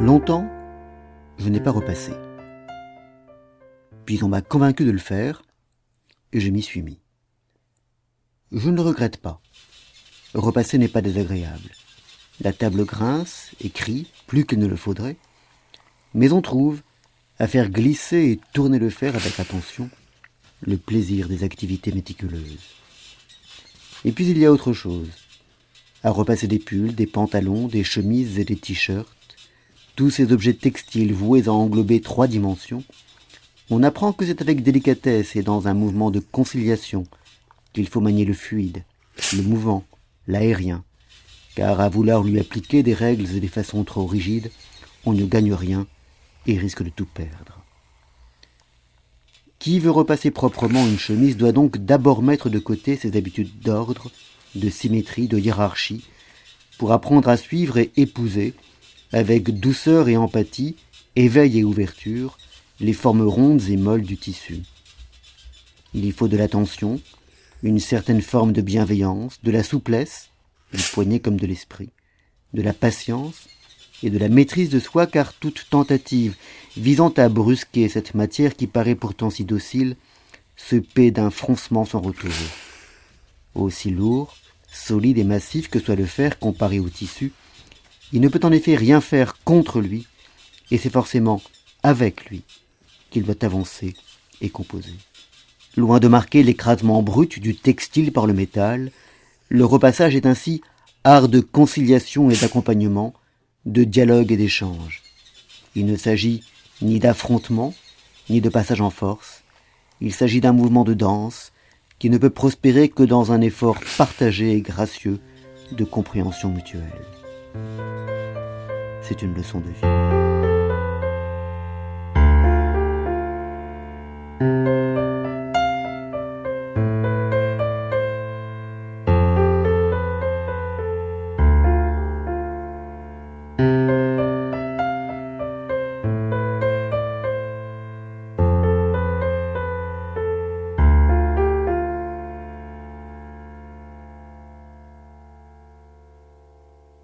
Longtemps, je n'ai pas repassé. Puis on m'a convaincu de le faire, et je m'y suis mis. Je ne le regrette pas. Repasser n'est pas désagréable. La table grince et crie, plus qu'il ne le faudrait, mais on trouve, à faire glisser et tourner le fer avec attention, le plaisir des activités méticuleuses. Et puis il y a autre chose. À repasser des pulls, des pantalons, des chemises et des t-shirts, tous ces objets textiles voués à englober 3 dimensions, on apprend que c'est avec délicatesse et dans un mouvement de conciliation qu'il faut manier le fluide, le mouvant, l'aérien, car à vouloir lui appliquer des règles et des façons trop rigides, on ne gagne rien et risque de tout perdre. Qui veut repasser proprement une chemise doit donc d'abord mettre de côté ses habitudes d'ordre, de symétrie, de hiérarchie, pour apprendre à suivre et épouser, avec douceur et empathie, éveil et ouverture, les formes rondes et molles du tissu. Il y faut de l'attention, une certaine forme de bienveillance, de la souplesse, du poignet comme de l'esprit, de la patience et de la maîtrise de soi, car toute tentative visant à brusquer cette matière qui paraît pourtant si docile se paie d'un froncement sans retour. Aussi lourd, solide et massif que soit le fer comparé au tissu, il ne peut en effet rien faire contre lui, et c'est forcément avec lui qu'il doit avancer et composer. Loin de marquer l'écrasement brut du textile par le métal, le repassage est ainsi art de conciliation et d'accompagnement, de dialogue et d'échange. Il ne s'agit ni d'affrontement, ni de passage en force. Il s'agit d'un mouvement de danse qui ne peut prospérer que dans un effort partagé et gracieux de compréhension mutuelle. C'est une leçon de vie.